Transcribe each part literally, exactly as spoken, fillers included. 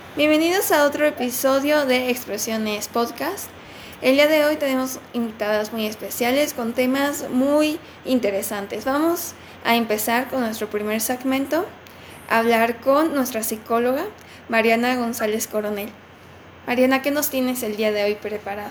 Bienvenidos a otro episodio de Expresiones Podcast. El día de hoy tenemos invitadas muy especiales con temas muy interesantes. Vamos a empezar con nuestro primer segmento, hablar con nuestra psicóloga, Mariana González Coronel. Mariana, ¿qué nos tienes el día de hoy preparado?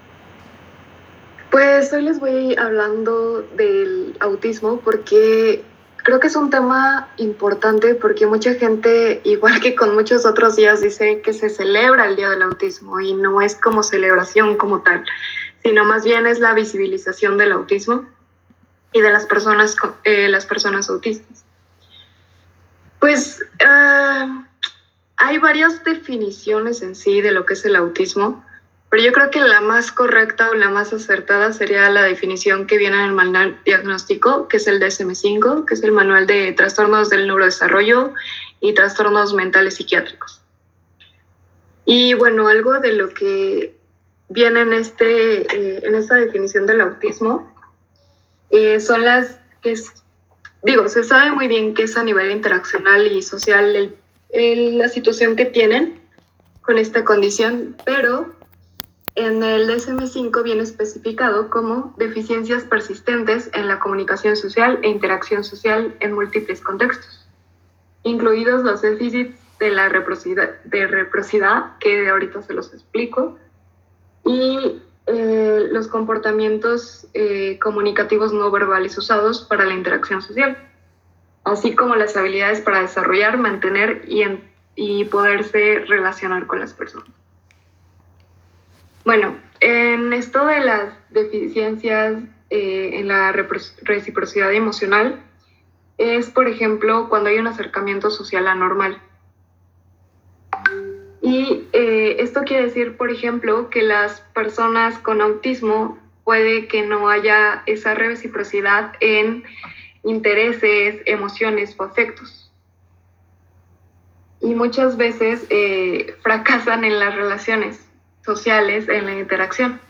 Pues hoy les voy hablando del autismo porque creo que es un tema importante porque mucha gente, igual que con muchos otros días, dice que se celebra el Día del Autismo y no es como celebración como tal, sino más bien es la visibilización del autismo y de las personas, eh, las personas autistas. Pues uh, hay varias definiciones en sí de lo que es el autismo. Pero yo creo que la más correcta o la más acertada sería la definición que viene en el manual diagnóstico, que es el D S M cinco, que es el manual de trastornos del neurodesarrollo y trastornos mentales psiquiátricos. Y bueno, algo de lo que viene en, este, eh, en esta definición del autismo eh, son las que es, digo, se sabe muy bien que es a nivel interaccional y social el, el, la situación que tienen con esta condición, pero en el D S M cinco viene especificado como deficiencias persistentes en la comunicación social e interacción social en múltiples contextos, incluidos los déficits de la reciprocidad, de reciprocidad que ahorita se los explico, y eh, los comportamientos eh, comunicativos no verbales usados para la interacción social, así como las habilidades para desarrollar, mantener y, en, y poderse relacionar con las personas. Bueno, en esto de las deficiencias eh, en la reciprocidad emocional, es, por ejemplo, cuando hay un acercamiento social anormal. Y eh, esto quiere decir, por ejemplo, que las personas con autismo puede que no haya esa reciprocidad en intereses, emociones o afectos. Y muchas veces eh, fracasan en las relaciones sociales, en la interacción.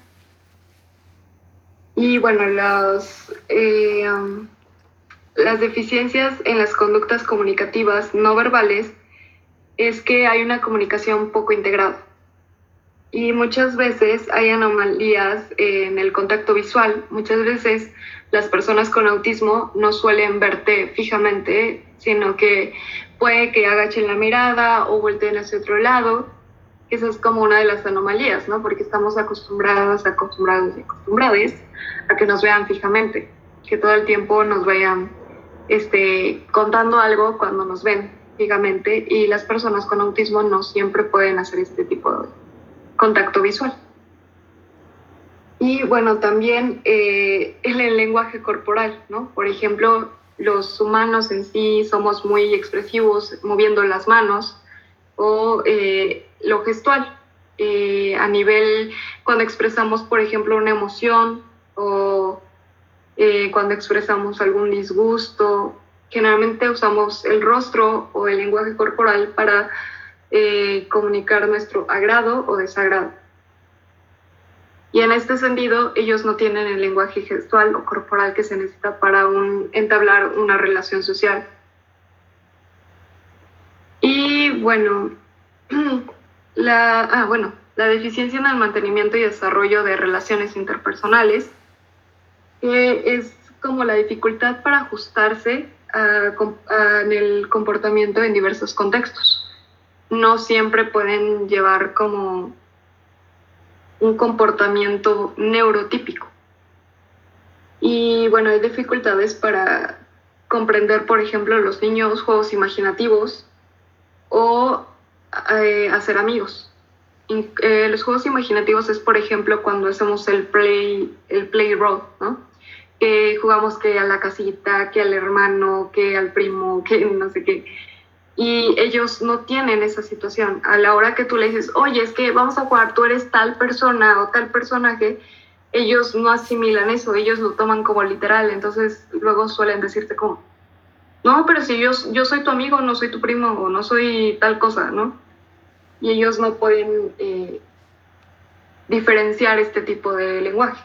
Y bueno, los, eh, um, las deficiencias en las conductas comunicativas no verbales es que hay una comunicación poco integrada. Y muchas veces hay anomalías en el contacto visual. Muchas veces las personas con autismo no suelen verte fijamente, sino que puede que agachen la mirada o volteen hacia otro lado. Esa es como una de las anomalías, ¿no? Porque estamos acostumbradas, acostumbrados y acostumbradas a que nos vean fijamente, que todo el tiempo nos vayan este, contando algo cuando nos ven fijamente, y las personas con autismo no siempre pueden hacer este tipo de contacto visual. Y bueno, también eh, en el lenguaje corporal, ¿no? Por ejemplo, los humanos en sí somos muy expresivos moviendo las manos, o eh, lo gestual, eh, a nivel cuando expresamos, por ejemplo, una emoción o eh, cuando expresamos algún disgusto. Generalmente usamos el rostro o el lenguaje corporal para eh, comunicar nuestro agrado o desagrado. Y en este sentido, ellos no tienen el lenguaje gestual o corporal que se necesita para un, entablar una relación social. Y bueno, La, ah, bueno, la deficiencia en el mantenimiento y desarrollo de relaciones interpersonales eh, es como la dificultad para ajustarse a, a, en el comportamiento en diversos contextos. No siempre pueden llevar como un comportamiento neurotípico. Y bueno, hay dificultades para comprender, por ejemplo, los niños, juegos imaginativos o eh, hacer amigos. Eh, los juegos imaginativos es, por ejemplo, cuando hacemos el play, el play role, ¿no? Que jugamos que a la casita, que al hermano, que al primo, que no sé qué. Y ellos no tienen esa situación. A la hora que tú le dices, oye, es que vamos a jugar, tú eres tal persona o tal personaje, ellos no asimilan eso, ellos lo toman como literal. Entonces luego suelen decirte como, no, pero si yo, yo soy tu amigo, no soy tu primo, o no soy tal cosa, ¿no? Y ellos no pueden eh, diferenciar este tipo de lenguaje.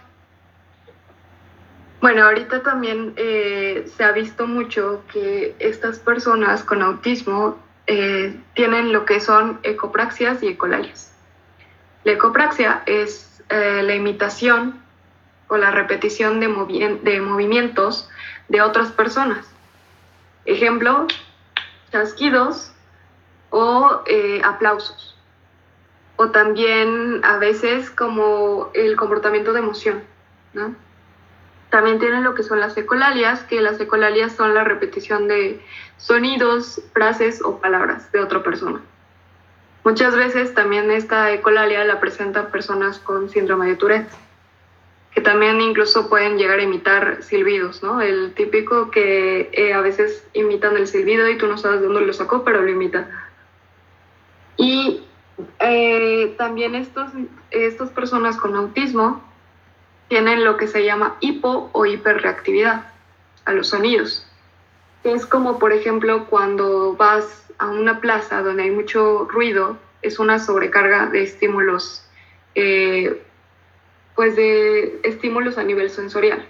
Bueno, ahorita también eh, se ha visto mucho que estas personas con autismo eh, tienen lo que son ecopraxias y ecolalias. La ecopraxia es eh, la imitación o la repetición de, movi- de movimientos de otras personas. Ejemplo, chasquidos o eh, aplausos. O también a veces como el comportamiento de emoción, ¿no? También tienen lo que son las ecolalias, que las ecolalias son la repetición de sonidos, frases o palabras de otra persona. Muchas veces también esta ecolalia la presentan personas con síndrome de Tourette, que también incluso pueden llegar a imitar silbidos, ¿no? El típico que eh, a veces imitan el silbido y tú no sabes de dónde lo sacó, pero lo imita. Y eh, también estos, estas personas con autismo tienen lo que se llama hipo o hiperreactividad a los sonidos. Es como, por ejemplo, cuando vas a una plaza donde hay mucho ruido, es una sobrecarga de estímulos, eh, pues de estímulos a nivel sensorial.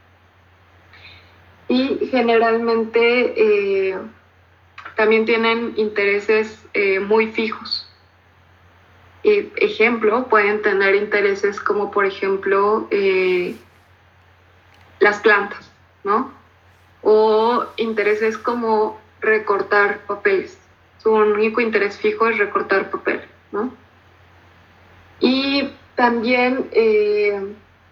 Y generalmente eh, también tienen intereses eh, muy fijos. Eh, ejemplo, pueden tener intereses como, por ejemplo, eh, las plantas, ¿no? O intereses como recortar papeles. Su único interés fijo es recortar papel, ¿no? Y también eh,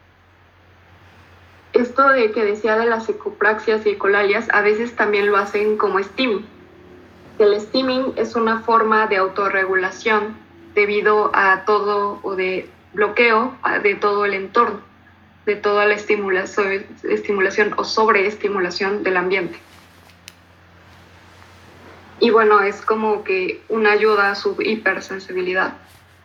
esto de que decía de las ecopraxias y ecolalias, a veces también lo hacen como steaming. El steaming es una forma de autorregulación debido a todo o de bloqueo de todo el entorno, de toda la estimulación, estimulación o sobreestimulación del ambiente. Y bueno, es como que una ayuda a su hipersensibilidad.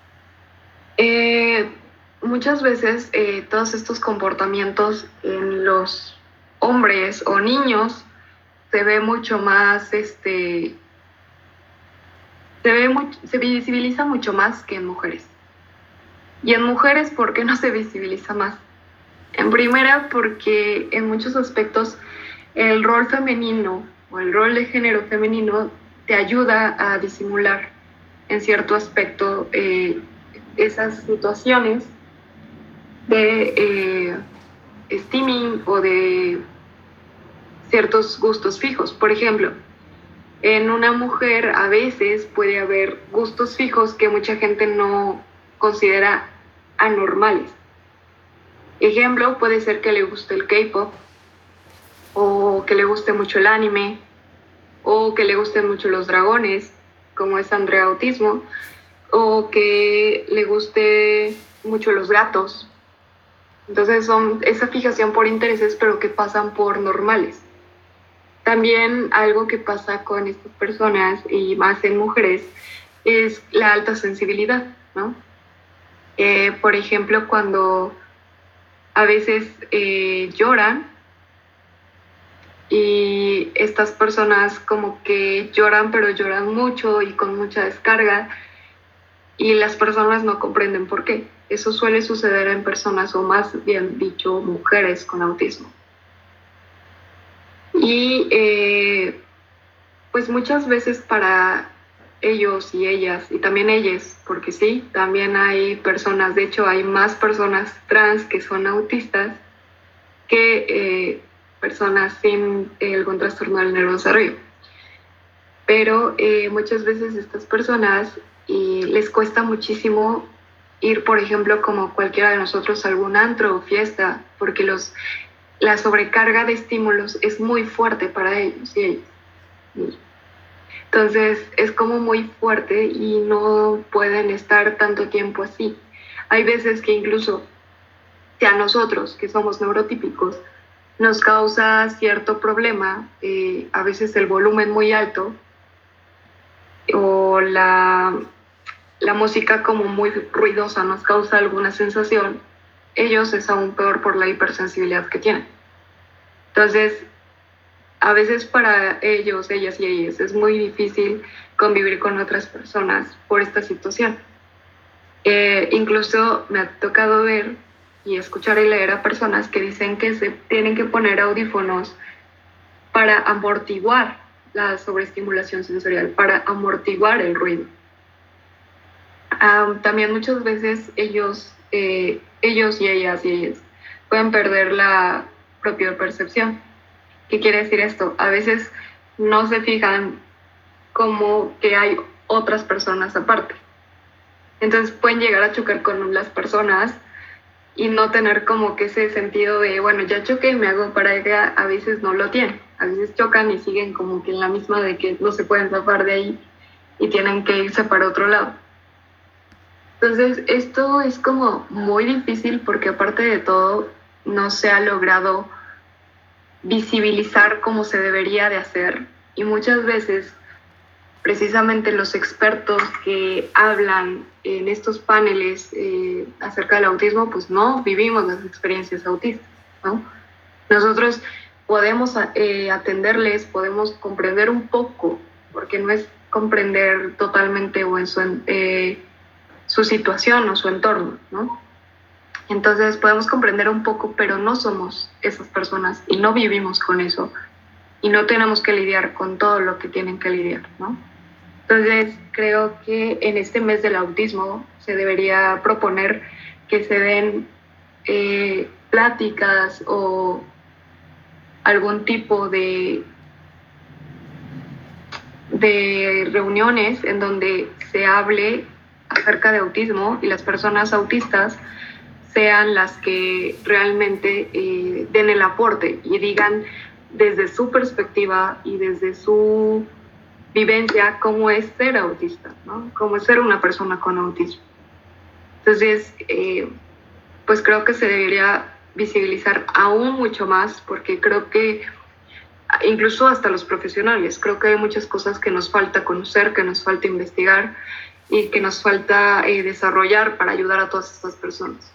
Eh, muchas veces eh, todos estos comportamientos en los hombres o niños se ve mucho más, este, se, ve mucho, se visibiliza mucho más que en mujeres. Y en mujeres, ¿por qué no se visibiliza más? En primera, porque en muchos aspectos el rol femenino o el rol de género femenino te ayuda a disimular en cierto aspecto eh, esas situaciones de eh, steaming o de ciertos gustos fijos. Por ejemplo, en una mujer a veces puede haber gustos fijos que mucha gente no considera anormales. Ejemplo, puede ser que le guste el K-pop, o que le guste mucho el anime, o que le gusten mucho los dragones, como es Andrea Autismo, o que le guste mucho los gatos. Entonces son esa fijación por intereses, pero que pasan por normales. También algo que pasa con estas personas, y más en mujeres, es la alta sensibilidad, ¿no? Eh, por ejemplo, cuando a veces eh, lloran, y estas personas como que lloran, pero lloran mucho y con mucha descarga, y las personas no comprenden por qué. Eso suele suceder en personas, o más bien dicho, mujeres con autismo. Y eh, pues muchas veces para ellos y ellas, y también ellas, porque sí, también hay personas, de hecho hay más personas trans que son autistas que eh, personas sin algún trastorno del neurodesarrollo. Pero eh, muchas veces estas personas y les cuesta muchísimo ir, por ejemplo, como cualquiera de nosotros, a algún antro o fiesta, porque los, la sobrecarga de estímulos es muy fuerte para ellos y ellas. Entonces es como muy fuerte y no pueden estar tanto tiempo así. Hay veces que incluso si a nosotros, que somos neurotípicos, nos causa cierto problema, eh, a veces el volumen muy alto, o la, la música como muy ruidosa nos causa alguna sensación, ellos es aún peor por la hipersensibilidad que tienen. Entonces, a veces para ellos, ellas y ellas, es muy difícil convivir con otras personas por esta situación. Eh, incluso me ha tocado ver y escuchar y leer a personas que dicen que se tienen que poner audífonos para amortiguar la sobreestimulación sensorial, para amortiguar el ruido. Um, también muchas veces ellos, eh, ellos y ellas y ellas pueden perder la propia percepción. ¿Qué quiere decir esto? A veces no se fijan como que hay otras personas aparte. Entonces pueden llegar a chocar con las personas y no tener como que ese sentido de, bueno, ya choqué, me hago para allá. A veces no lo tienen. A veces chocan y siguen como que en la misma de que no se pueden zafar de ahí y tienen que irse para otro lado. Entonces, esto es como muy difícil porque aparte de todo, no se ha logrado visibilizar como se debería de hacer. Y muchas veces, precisamente los expertos que hablan en estos paneles eh, acerca del autismo, pues no vivimos las experiencias autistas, ¿no? Nosotros podemos eh, atenderles, podemos comprender un poco, porque no es comprender totalmente o en su... Eh, su situación o su entorno, ¿no? Entonces podemos comprender un poco, pero no somos esas personas y no vivimos con eso y no tenemos que lidiar con todo lo que tienen que lidiar, ¿no? Entonces creo que en este mes del autismo se debería proponer que se den eh, pláticas o algún tipo de, de reuniones en donde se hable acerca de autismo y las personas autistas sean las que realmente eh, den el aporte y digan desde su perspectiva y desde su vivencia cómo es ser autista, ¿no? Cómo es ser una persona con autismo. Entonces, eh, pues creo que se debería visibilizar aún mucho más porque creo que incluso hasta los profesionales, creo que hay muchas cosas que nos falta conocer, que nos falta investigar y que nos falta eh, desarrollar para ayudar a todas estas personas.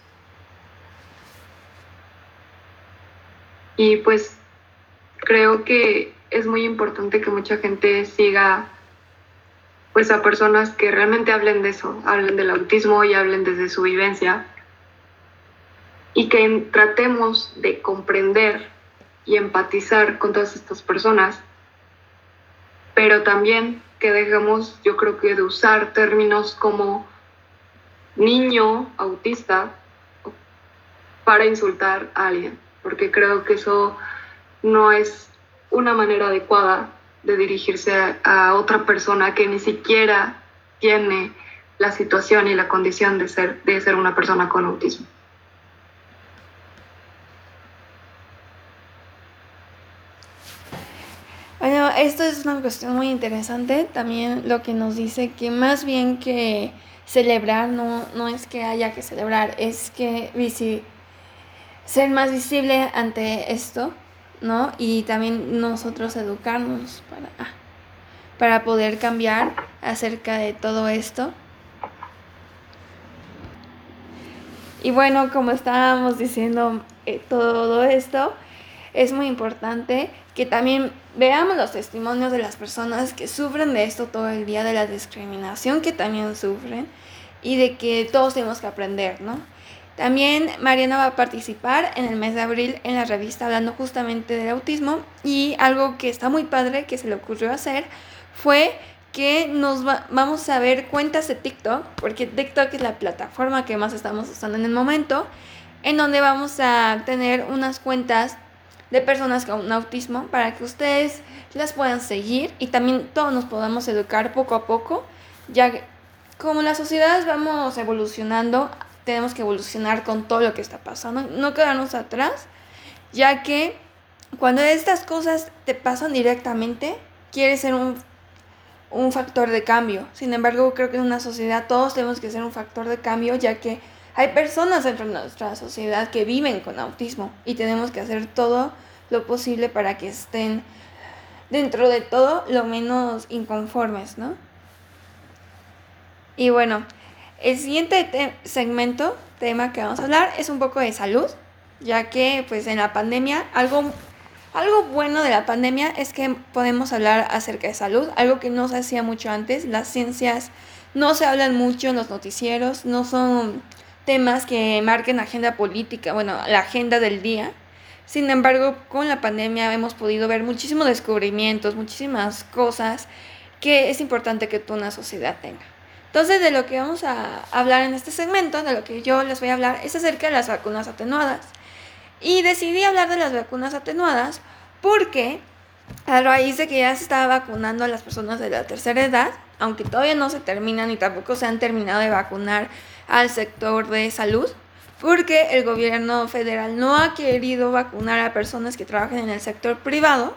Y pues creo que es muy importante que mucha gente siga pues a personas que realmente hablen de eso, hablen del autismo y hablen desde su vivencia y que tratemos de comprender y empatizar con todas estas personas, pero también que dejemos, yo creo que de usar términos como niño autista para insultar a alguien, porque creo que eso no es una manera adecuada de dirigirse a, a otra persona que ni siquiera tiene la situación y la condición de ser, de ser una persona con autismo. Bueno, esto es una cuestión muy interesante. También lo que nos dice que más bien que celebrar no, no es que haya que celebrar, es que visi- ser más visible ante esto, ¿no? Y también nosotros educarnos para, para poder cambiar acerca de todo esto. Y bueno, como estábamos diciendo, eh, todo esto es muy importante que también veamos los testimonios de las personas que sufren de esto todo el día, de la discriminación que también sufren y de que todos tenemos que aprender, ¿no? También Mariana va a participar en el mes de abril en la revista hablando justamente del autismo, y algo que está muy padre que se le ocurrió hacer fue que nos va, vamos a ver cuentas de TikTok, porque TikTok es la plataforma que más estamos usando en el momento, en donde vamos a tener unas cuentas de personas con autismo para que ustedes las puedan seguir y también todos nos podamos educar poco a poco, ya que como las sociedades vamos evolucionando, tenemos que evolucionar con todo lo que está pasando, no quedarnos atrás, ya que cuando estas cosas te pasan directamente, quieres ser un, un factor de cambio. Sin embargo, creo que en una sociedad todos tenemos que ser un factor de cambio, ya que hay personas dentro de nuestra sociedad que viven con autismo y tenemos que hacer todo lo posible para que estén dentro de todo lo menos inconformes, ¿no? Y bueno, el siguiente te- segmento, tema que vamos a hablar, es un poco de salud, ya que pues en la pandemia, algo, algo bueno de la pandemia es que podemos hablar acerca de salud, algo que no se hacía mucho antes. Las ciencias no se hablan mucho en los noticieros, no son temas que marquen agenda política, bueno, la agenda del día, Sin embargo, con la pandemia hemos podido ver muchísimos descubrimientos, muchísimas cosas que es importante que toda una sociedad tenga. Entonces, de lo que vamos a hablar en este segmento, de lo que yo les voy a hablar, es acerca de las vacunas atenuadas. Y decidí hablar de las vacunas atenuadas porque a raíz de que ya se estaba vacunando a las personas de la tercera edad, aunque todavía no se terminan y tampoco se han terminado de vacunar al sector de salud, porque el gobierno federal no ha querido vacunar a personas que trabajan en el sector privado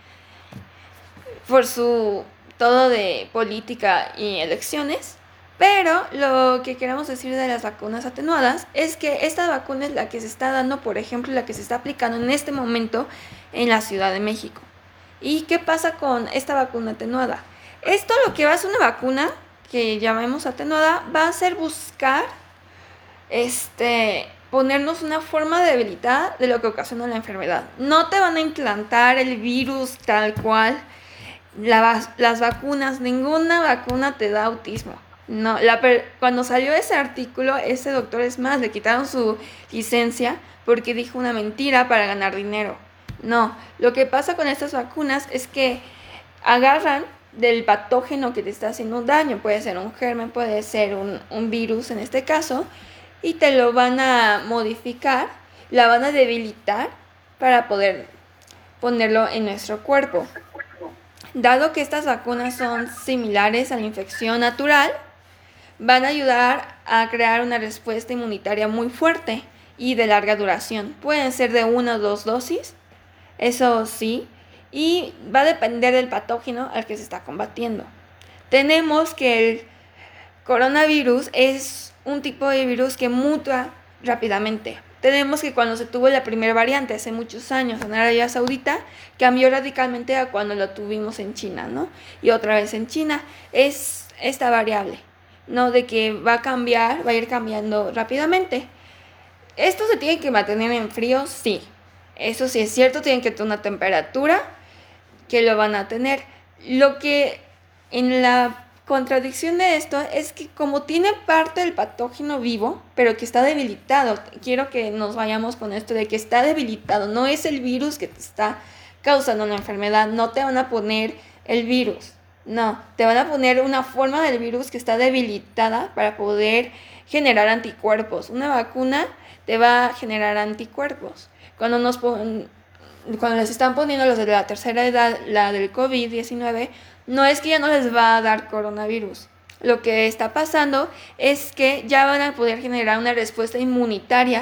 por su todo de política y elecciones. Pero lo que queremos decir de las vacunas atenuadas es que esta vacuna es la que se está dando, por ejemplo, la que se está aplicando en este momento en la Ciudad de México. ¿Y qué pasa con esta vacuna atenuada? Esto lo que va a hacer una vacuna que llamemos atenuada va a ser buscar este, ponernos una forma debilitada de lo que ocasiona la enfermedad. No te van a implantar el virus tal cual. La, las vacunas, ninguna vacuna te da autismo. No, la, cuando salió ese artículo, ese doctor, es más, le quitaron su licencia porque dijo una mentira para ganar dinero. No, lo que pasa con estas vacunas es que agarran del patógeno que te está haciendo un daño, puede ser un germen, puede ser un, un virus en este caso, y te lo van a modificar, la van a debilitar para poder ponerlo en nuestro cuerpo. Dado que estas vacunas son similares a la infección natural, van a ayudar a crear una respuesta inmunitaria muy fuerte y de larga duración. Pueden ser de una o dos dosis, eso sí, y va a depender del patógeno al que se está combatiendo. Tenemos que el coronavirus es un tipo de virus que muta rápidamente. Tenemos que cuando se tuvo la primera variante hace muchos años en Arabia Saudita, cambió radicalmente a cuando lo tuvimos en China, ¿no? Y otra vez en China. Es esta variable, ¿no? De que va a cambiar, va a ir cambiando rápidamente. ¿Esto se tiene que mantener en frío? Sí. Eso sí es cierto, tienen que tener una temperatura que lo van a tener. Lo que en la contradicción de esto es que como tiene parte del patógeno vivo, pero que está debilitado, quiero que nos vayamos con esto de que está debilitado, no es el virus que te está causando una enfermedad, no te van a poner el virus, no, te van a poner una forma del virus que está debilitada para poder generar anticuerpos. Una vacuna te va a generar anticuerpos. Cuando nos pon- cuando les están poniendo los de la tercera edad, la del COVID diecinueve, no es que ya no les va a dar coronavirus. Lo que está pasando es que ya van a poder generar una respuesta inmunitaria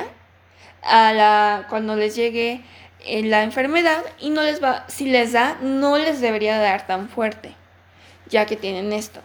a la, cuando les llegue eh, la enfermedad, y no les va, si les da, no les debería dar tan fuerte, ya que tienen esto.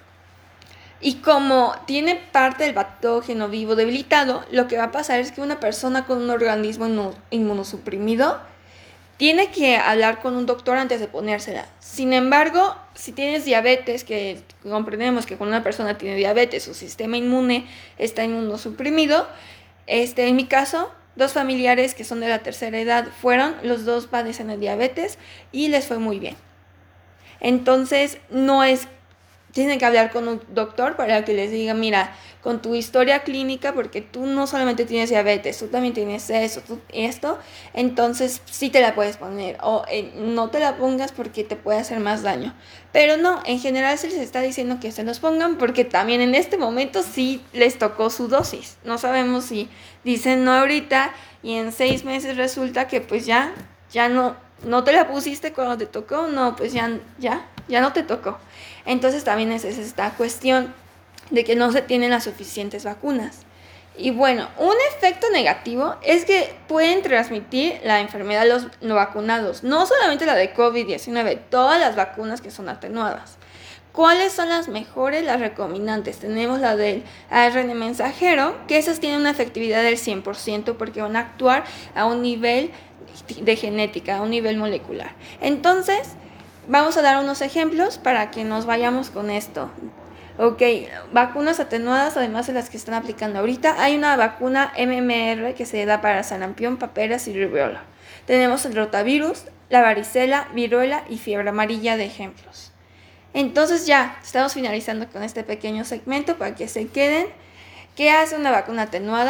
Y como tiene parte del patógeno vivo debilitado, lo que va a pasar es que una persona con un organismo inmunosuprimido tiene que hablar con un doctor antes de ponérsela. Sin embargo, si tienes diabetes, que comprendemos que cuando una persona tiene diabetes, su sistema inmune está inmunosuprimido. Este, en mi caso, dos familiares que son de la tercera edad fueron, los dos padecen de diabetes y les fue muy bien. Entonces, no es... Tienen que hablar con un doctor para que les diga, mira, con tu historia clínica, porque tú no solamente tienes diabetes, tú también tienes eso, tú esto, entonces sí te la puedes poner, o eh, no te la pongas porque te puede hacer más daño. Pero no, en general se les está diciendo que se los pongan porque también en este momento sí les tocó su dosis. No sabemos si dicen no ahorita y en seis meses resulta que pues ya, ya no, no te la pusiste cuando te tocó, no, pues ya, ya, ya no te tocó. Entonces también es esta cuestión de que no se tienen las suficientes vacunas. Y bueno, un efecto negativo es que pueden transmitir la enfermedad a los no vacunados. No solamente la de COVID diecinueve, todas las vacunas que son atenuadas. ¿Cuáles son las mejores, las recomendantes? Tenemos la del A R N mensajero, que esas tienen una efectividad del cien por ciento porque van a actuar a un nivel de genética, a un nivel molecular. Entonces, vamos a dar unos ejemplos para que nos vayamos con esto. Ok, vacunas atenuadas, además de las que están aplicando ahorita. Hay una vacuna M M R que se da para sarampión, paperas y rubiola. Tenemos el rotavirus, la varicela, viruela y fiebre amarilla de ejemplos. Entonces ya, estamos finalizando con este pequeño segmento para que se queden. ¿Qué hace una vacuna atenuada?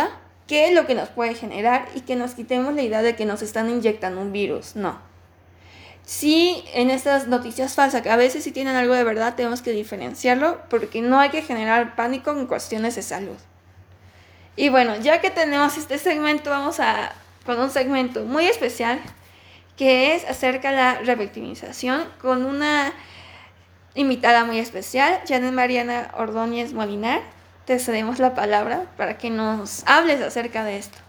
qué es lo que nos puede generar y que nos quitemos la idea de que nos están inyectando un virus, no. Sí, en estas noticias falsas, que a veces sí tienen algo de verdad, tenemos que diferenciarlo porque no hay que generar pánico en cuestiones de salud. Y bueno, ya que tenemos este segmento, vamos a con un segmento muy especial que es acerca de la revictimización con una invitada muy especial, Janet Mariana Ordóñez Molinar. Te cedemos la palabra para que nos hables acerca de esto.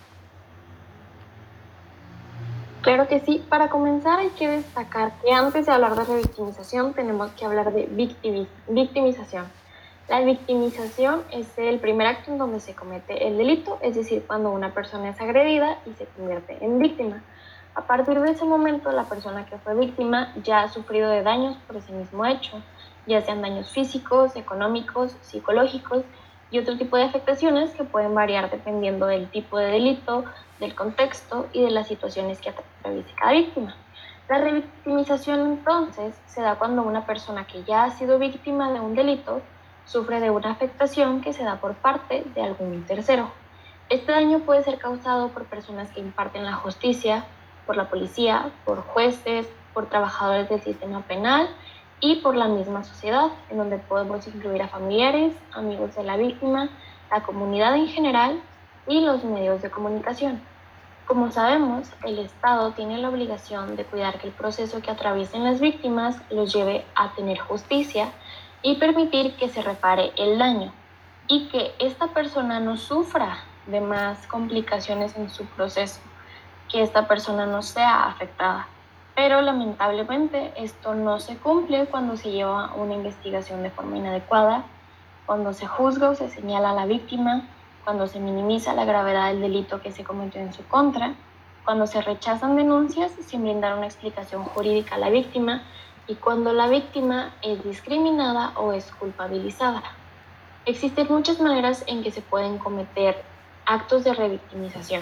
Claro que sí. Para comenzar hay que destacar que antes de hablar de revictimización tenemos que hablar de victimiz- victimización. La victimización es el primer acto en donde se comete el delito, es decir, cuando una persona es agredida y se convierte en víctima. A partir de ese momento, la persona que fue víctima ya ha sufrido de daños por ese mismo hecho, ya sean daños físicos, económicos, psicológicos y otro tipo de afectaciones que pueden variar dependiendo del tipo de delito, del contexto y de las situaciones que atraviese cada víctima. La revictimización entonces se da cuando una persona que ya ha sido víctima de un delito sufre de una afectación que se da por parte de algún tercero. Este daño puede ser causado por personas que imparten la justicia, por la policía, por jueces, por trabajadores del sistema penal y por la misma sociedad, en donde podemos incluir a familiares, amigos de la víctima, la comunidad en general y los medios de comunicación. Como sabemos, el Estado tiene la obligación de cuidar que el proceso que atraviesen las víctimas los lleve a tener justicia y permitir que se repare el daño y que esta persona no sufra de más complicaciones en su proceso, que esta persona no sea afectada. Pero lamentablemente esto no se cumple cuando se lleva una investigación de forma inadecuada, cuando se juzga o se señala a la víctima, cuando se minimiza la gravedad del delito que se cometió en su contra, cuando se rechazan denuncias sin brindar una explicación jurídica a la víctima y cuando la víctima es discriminada o es culpabilizada. Existen muchas maneras en que se pueden cometer actos de revictimización.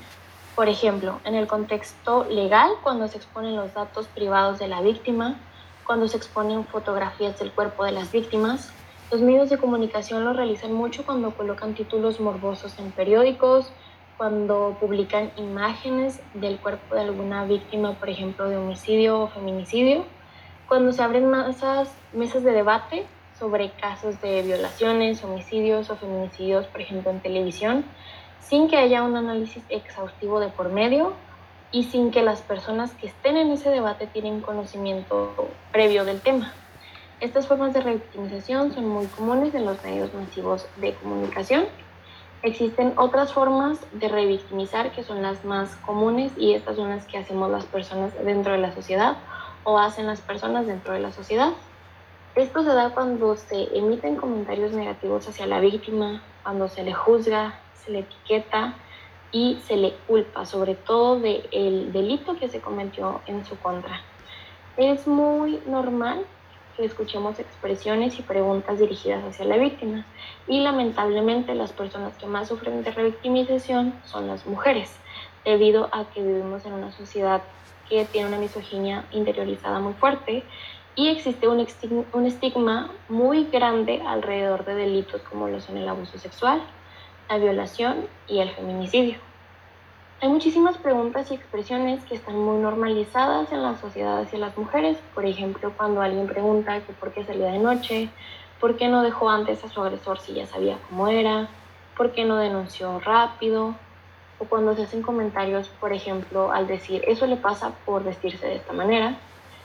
Por ejemplo, en el contexto legal, cuando se exponen los datos privados de la víctima, cuando se exponen fotografías del cuerpo de las víctimas. Los medios de comunicación lo realizan mucho cuando colocan títulos morbosos en periódicos, cuando publican imágenes del cuerpo de alguna víctima, por ejemplo, de homicidio o feminicidio, cuando se abren mesas, mesas de debate sobre casos de violaciones, homicidios o feminicidios, por ejemplo, en televisión, sin que haya un análisis exhaustivo de por medio y sin que las personas que estén en ese debate tienen conocimiento previo del tema. Estas formas de revictimización son muy comunes en los medios masivos de comunicación. Existen otras formas de revictimizar que son las más comunes y estas son las que hacemos las personas dentro de la sociedad o hacen las personas dentro de la sociedad. Esto se da cuando se emiten comentarios negativos hacia la víctima, cuando se le juzga, se le etiqueta y se le culpa, sobre todo del delito que se cometió en su contra. Es muy normal que escuchemos expresiones y preguntas dirigidas hacia la víctima y lamentablemente las personas que más sufren de revictimización son las mujeres, debido a que vivimos en una sociedad que tiene una misoginia interiorizada muy fuerte y existe un estigma, un estigma muy grande alrededor de delitos como lo son el abuso sexual, la violación y el feminicidio. Hay muchísimas preguntas y expresiones que están muy normalizadas en la sociedad hacia las mujeres. Por ejemplo, cuando alguien pregunta que por qué salía de noche, por qué no dejó antes a su agresor si ya sabía cómo era, por qué no denunció rápido, o cuando se hacen comentarios, por ejemplo, al decir eso le pasa por vestirse de esta manera.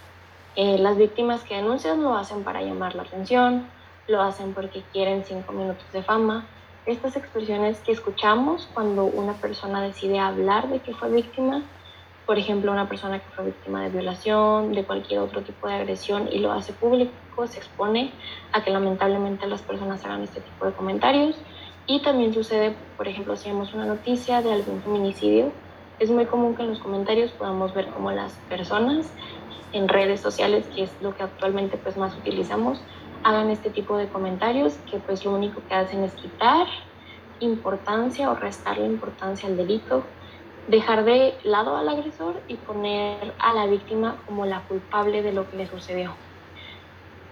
Eh, las víctimas que denuncian lo hacen para llamar la atención, lo hacen porque quieren cinco minutos de fama. Estas expresiones que escuchamos cuando una persona decide hablar de que fue víctima, por ejemplo, una persona que fue víctima de violación, de cualquier otro tipo de agresión y lo hace público, se expone a que lamentablemente las personas hagan este tipo de comentarios. Y también sucede, por ejemplo, si vemos una noticia de algún feminicidio, es muy común que en los comentarios podamos ver cómo las personas en redes sociales, que es lo que actualmente pues más utilizamos, hagan este tipo de comentarios que pues lo único que hacen es quitar importancia o restarle importancia al delito, dejar de lado al agresor y poner a la víctima como la culpable de lo que le sucedió.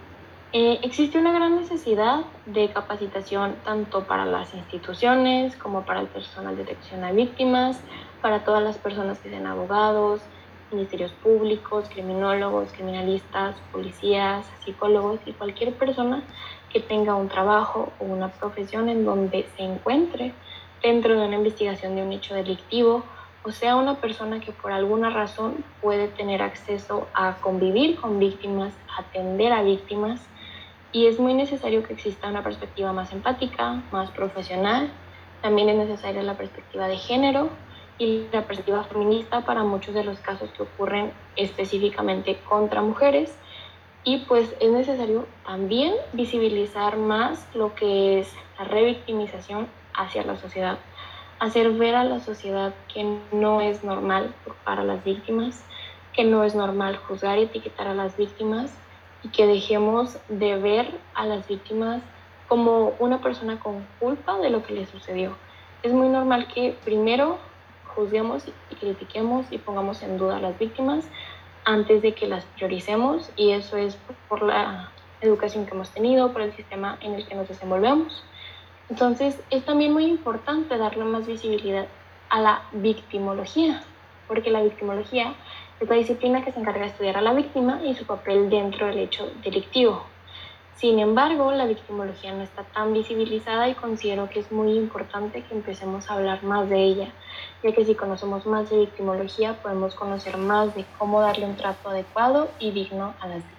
Eh, existe una gran necesidad de capacitación tanto para las instituciones como para el personal de atención a víctimas, para todas las personas que sean abogados, ministerios públicos, criminólogos, criminalistas, policías, psicólogos y cualquier persona que tenga un trabajo o una profesión en donde se encuentre dentro de una investigación de un hecho delictivo, o sea, una persona que por alguna razón puede tener acceso a convivir con víctimas, atender a víctimas, y es muy necesario que exista una perspectiva más empática, más profesional. También es necesaria la perspectiva de género y la perspectiva feminista para muchos de los casos que ocurren específicamente contra mujeres. Y pues es necesario también visibilizar más lo que es la revictimización hacia la sociedad, hacer ver a la sociedad que no es normal para las víctimas, que no es normal juzgar y etiquetar a las víctimas, y que dejemos de ver a las víctimas como una persona con culpa de lo que le sucedió. Es muy normal que primero juzguemos y critiquemos y pongamos en duda a las víctimas antes de que las prioricemos, y eso es por la educación que hemos tenido, por el sistema en el que nos desenvolvemos. Entonces es también muy importante darle más visibilidad a la victimología, porque la victimología es la disciplina que se encarga de estudiar a la víctima y su papel dentro del hecho delictivo. Sin embargo, la victimología no está tan visibilizada y considero que es muy importante que empecemos a hablar más de ella, ya que si conocemos más de victimología podemos conocer más de cómo darle un trato adecuado y digno a las víctimas.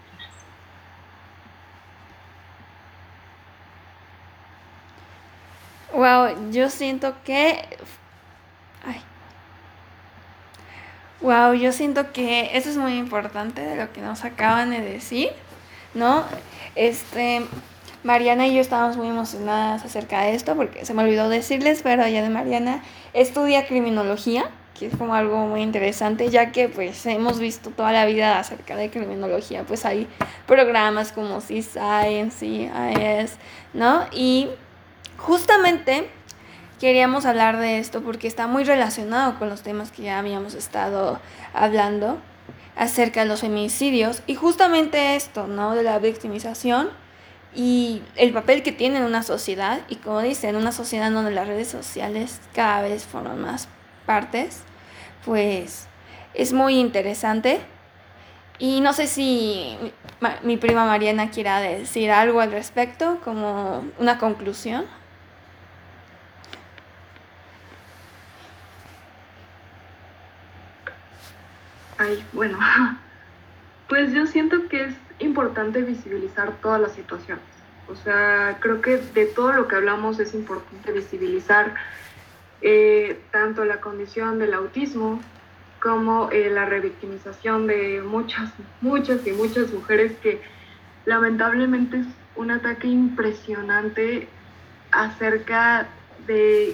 Wow, yo siento que... Ay. Wow, yo siento que eso es muy importante de lo que nos acaban de decir, ¿no? Este, Mariana y yo estábamos muy emocionadas acerca de esto porque se me olvidó decirles, pero ya de Mariana estudia criminología, que es como algo muy interesante, ya que pues hemos visto toda la vida acerca de criminología, pues hay programas como C-Science, C I S, ¿no? Y justamente queríamos hablar de esto porque está muy relacionado con los temas que ya habíamos estado hablando acerca de los feminicidios y justamente esto, ¿no? De la victimización y el papel que tiene en una sociedad, y como dice, en una sociedad donde las redes sociales cada vez forman más partes, pues es muy interesante. Y no sé si mi, mi prima Mariana quiera decir algo al respecto, como una conclusión. Ay, bueno, pues yo siento que es importante visibilizar todas las situaciones. O sea, creo que de todo lo que hablamos es importante visibilizar eh, tanto la condición del autismo como eh, la revictimización de muchas, muchas y muchas mujeres, que lamentablemente es un ataque impresionante acerca de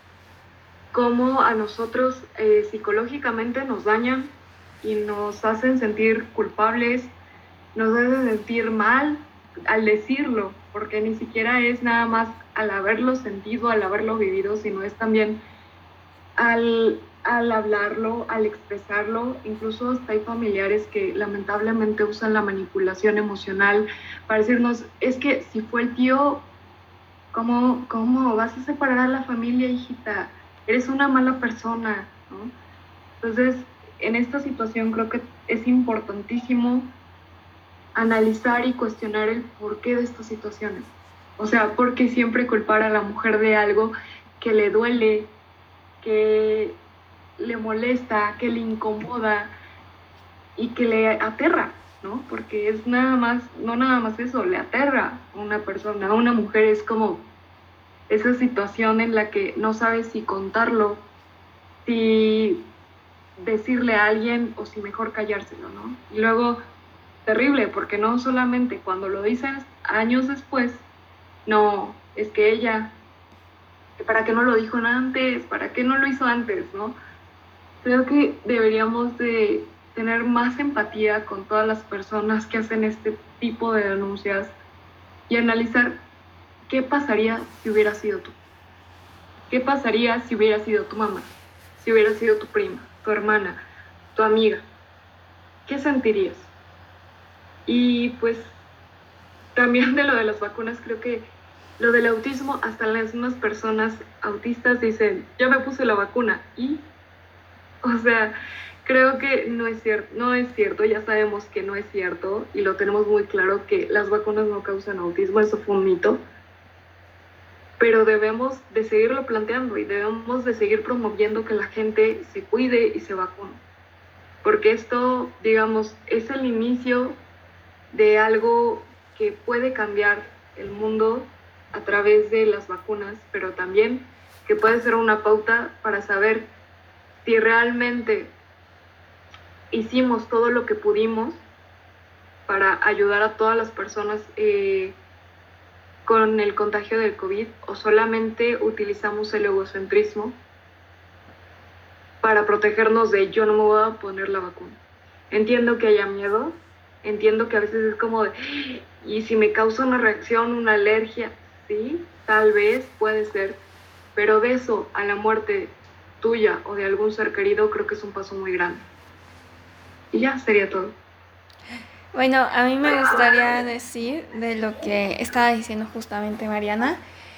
cómo a nosotros eh, psicológicamente nos dañan y nos hacen sentir culpables, nos hacen sentir mal al decirlo, porque ni siquiera es nada más al haberlo sentido, al haberlo vivido, sino es también al, al hablarlo, al expresarlo. Incluso hasta hay familiares que lamentablemente usan la manipulación emocional para decirnos, es que si fue el tío, ¿cómo, cómo vas a separar a la familia, hijita? Eres una mala persona, ¿no? Entonces, en esta situación creo que es importantísimo analizar y cuestionar el porqué de estas situaciones. O sea, ¿por qué siempre culpar a la mujer de algo que le duele, que le molesta, que le incomoda y que le aterra, ¿no? Porque es nada más, no nada más eso, le aterra a una persona, a una mujer. Es como esa situación en la que no sabes si contarlo, si decirle a alguien o si mejor callárselo, ¿no? Y luego, terrible, porque no solamente cuando lo dices años después, no, es que ella, ¿para qué no lo dijo antes? ¿Para qué no lo hizo antes, no? Creo que deberíamos de tener más empatía con todas las personas que hacen este tipo de denuncias y analizar qué pasaría si hubiera sido tú. ¿Qué pasaría si hubiera sido tu mamá? Si hubiera sido tu prima, tu hermana, tu amiga. ¿Qué sentirías? Y pues también de lo de las vacunas, creo que lo del autismo, hasta las mismas personas autistas dicen, yo me puse la vacuna y, o sea, creo que no es cierto, no es cierto, ya sabemos que no es cierto y lo tenemos muy claro que las vacunas no causan autismo, eso fue un mito, pero debemos de seguirlo planteando y debemos de seguir promoviendo que la gente se cuide y se vacune, porque esto, digamos, es el inicio de algo que puede cambiar el mundo a través de las vacunas, pero también que puede ser una pauta para saber si realmente hicimos todo lo que pudimos para ayudar a todas las personas eh, con el contagio del COVID o solamente utilizamos el egocentrismo para protegernos de yo no me voy a poner la vacuna. Entiendo que haya miedo, entiendo que a veces es como de, y si me causa una reacción, una alergia, sí, tal vez puede ser, pero de eso a la muerte tuya o de algún ser querido creo que es un paso muy grande. Y ya sería todo. Bueno, a mí me gustaría decir de lo que estaba diciendo justamente Mariana,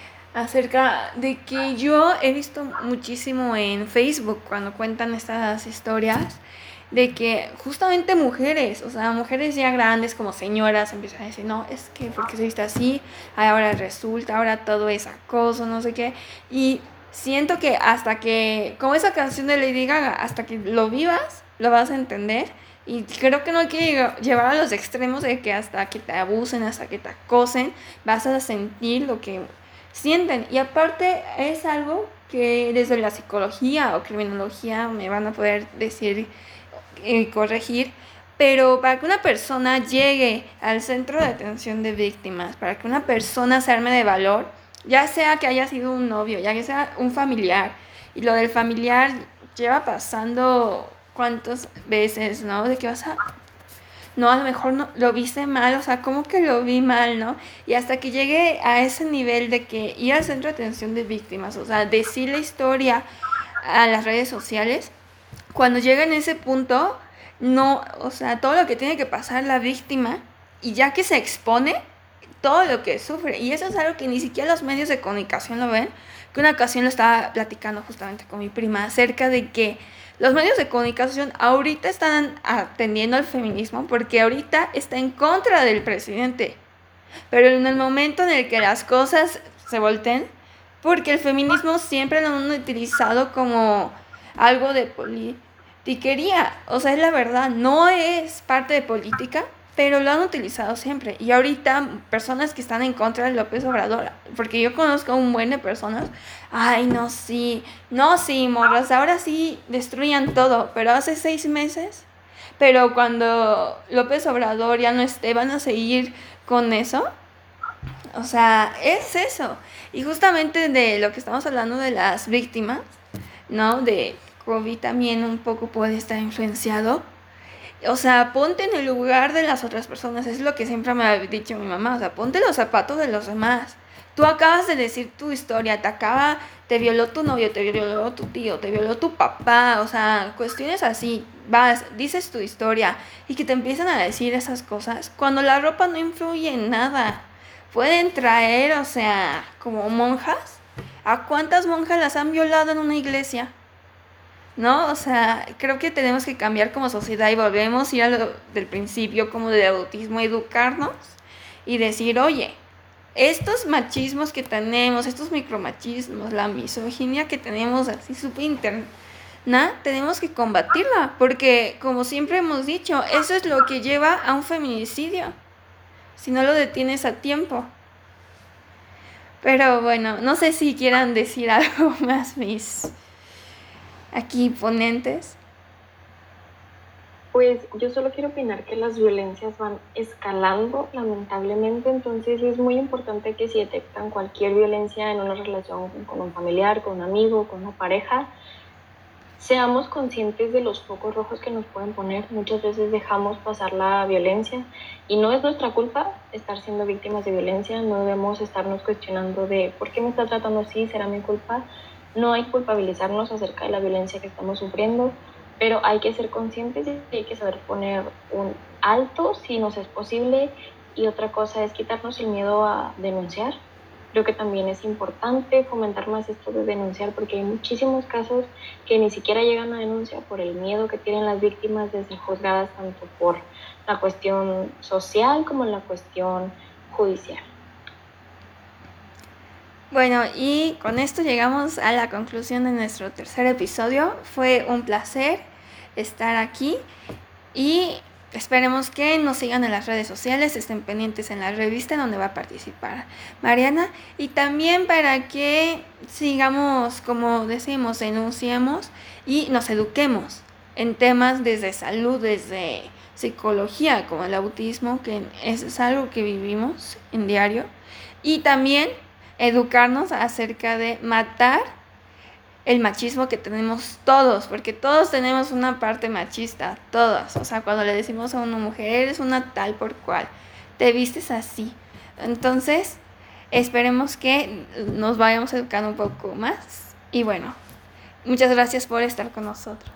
acerca de que yo he visto muchísimo en Facebook cuando cuentan estas historias, de que justamente mujeres, o sea, mujeres ya grandes como señoras empiezan a decir, no, es que porque se viste así, ahora resulta, ahora todo es acoso, no sé qué, y siento que hasta que, como esa canción de Lady Gaga, hasta que lo vivas, lo vas a entender. Y creo que no hay que llevar a los extremos de que hasta que te abusen, hasta que te acosen, vas a sentir lo que sienten. Y aparte es algo que desde la psicología o criminología me van a poder decir y eh, corregir, pero para que una persona llegue al centro de atención de víctimas, para que una persona se arme de valor, ya sea que haya sido un novio, ya que sea un familiar, y lo del familiar lleva pasando cuántas veces, ¿no? De que vas a... No, a lo mejor no, lo viste mal, o sea, ¿cómo que lo vi mal, no? Y hasta que llegue a ese nivel de que ir al centro de atención de víctimas, o sea, decir la historia a las redes sociales, cuando llega en ese punto, no, o sea, todo lo que tiene que pasar la víctima, y ya que se expone, todo lo que sufre, y eso es algo que ni siquiera los medios de comunicación lo ven, que una ocasión lo estaba platicando justamente con mi prima, acerca de que los medios de comunicación ahorita están atendiendo al feminismo porque ahorita está en contra del presidente. Pero en el momento en el que las cosas se volteen, porque el feminismo siempre lo han utilizado como algo de politiquería. O sea, es la verdad, no es parte de política, pero lo han utilizado siempre. Y ahorita personas que están en contra de López Obrador, porque yo conozco un buen de personas, ay, no, sí, no, sí, morras, ahora sí destruyan todo, pero hace seis meses, pero cuando López Obrador ya no esté, van a seguir con eso. O sea, es eso. Y justamente de lo que estamos hablando de las víctimas, ¿no? De COVID también un poco puede estar influenciado. O sea, ponte en el lugar de las otras personas, es lo que siempre me ha dicho mi mamá, o sea, ponte los zapatos de los demás. Tú acabas de decir tu historia, te acaba, te violó tu novio, te violó tu tío, te violó tu papá, o sea, cuestiones así, vas, dices tu historia y que te empiezan a decir esas cosas, cuando la ropa no influye en nada. Pueden traer, o sea, como monjas, ¿a cuántas monjas las han violado en una iglesia? ¿No? O sea, creo que tenemos que cambiar como sociedad y volvemos a ir a lo del principio como del autismo, educarnos y decir, oye, estos machismos que tenemos, estos micromachismos, la misoginia que tenemos así súper interna, tenemos que combatirla, porque como siempre hemos dicho, eso es lo que lleva a un feminicidio, si no lo detienes a tiempo. Pero bueno, no sé si quieran decir algo más mis... aquí ponentes. Pues yo solo quiero opinar que las violencias van escalando lamentablemente, entonces es muy importante que si detectan cualquier violencia en una relación con un familiar, con un amigo, con una pareja, seamos conscientes de los focos rojos que nos pueden poner. Muchas veces dejamos pasar la violencia y no es nuestra culpa estar siendo víctimas de violencia, no debemos estarnos cuestionando de ¿por qué me está tratando así? ¿Será mi culpa? No hay que culpabilizarnos acerca de la violencia que estamos sufriendo, pero hay que ser conscientes y hay que saber poner un alto si nos es posible y otra cosa es quitarnos el miedo a denunciar. Creo que también es importante fomentar más esto de denunciar, porque hay muchísimos casos que ni siquiera llegan a denuncia por el miedo que tienen las víctimas de ser juzgadas, tanto por la cuestión social como la cuestión judicial. Bueno, y con esto llegamos a la conclusión de nuestro tercer episodio. Fue un placer estar aquí y esperemos que nos sigan en las redes sociales, estén pendientes en la revista donde va a participar Mariana, y también para que sigamos, como decimos, denunciemos y nos eduquemos en temas desde salud, desde psicología, como el autismo, que es algo que vivimos en diario, y también educarnos acerca de matar el machismo que tenemos todos, porque todos tenemos una parte machista, todos. O sea, cuando le decimos a una mujer, eres una tal por cual, te vistes así. Entonces, esperemos que nos vayamos educando un poco más. Y bueno, muchas gracias por estar con nosotros.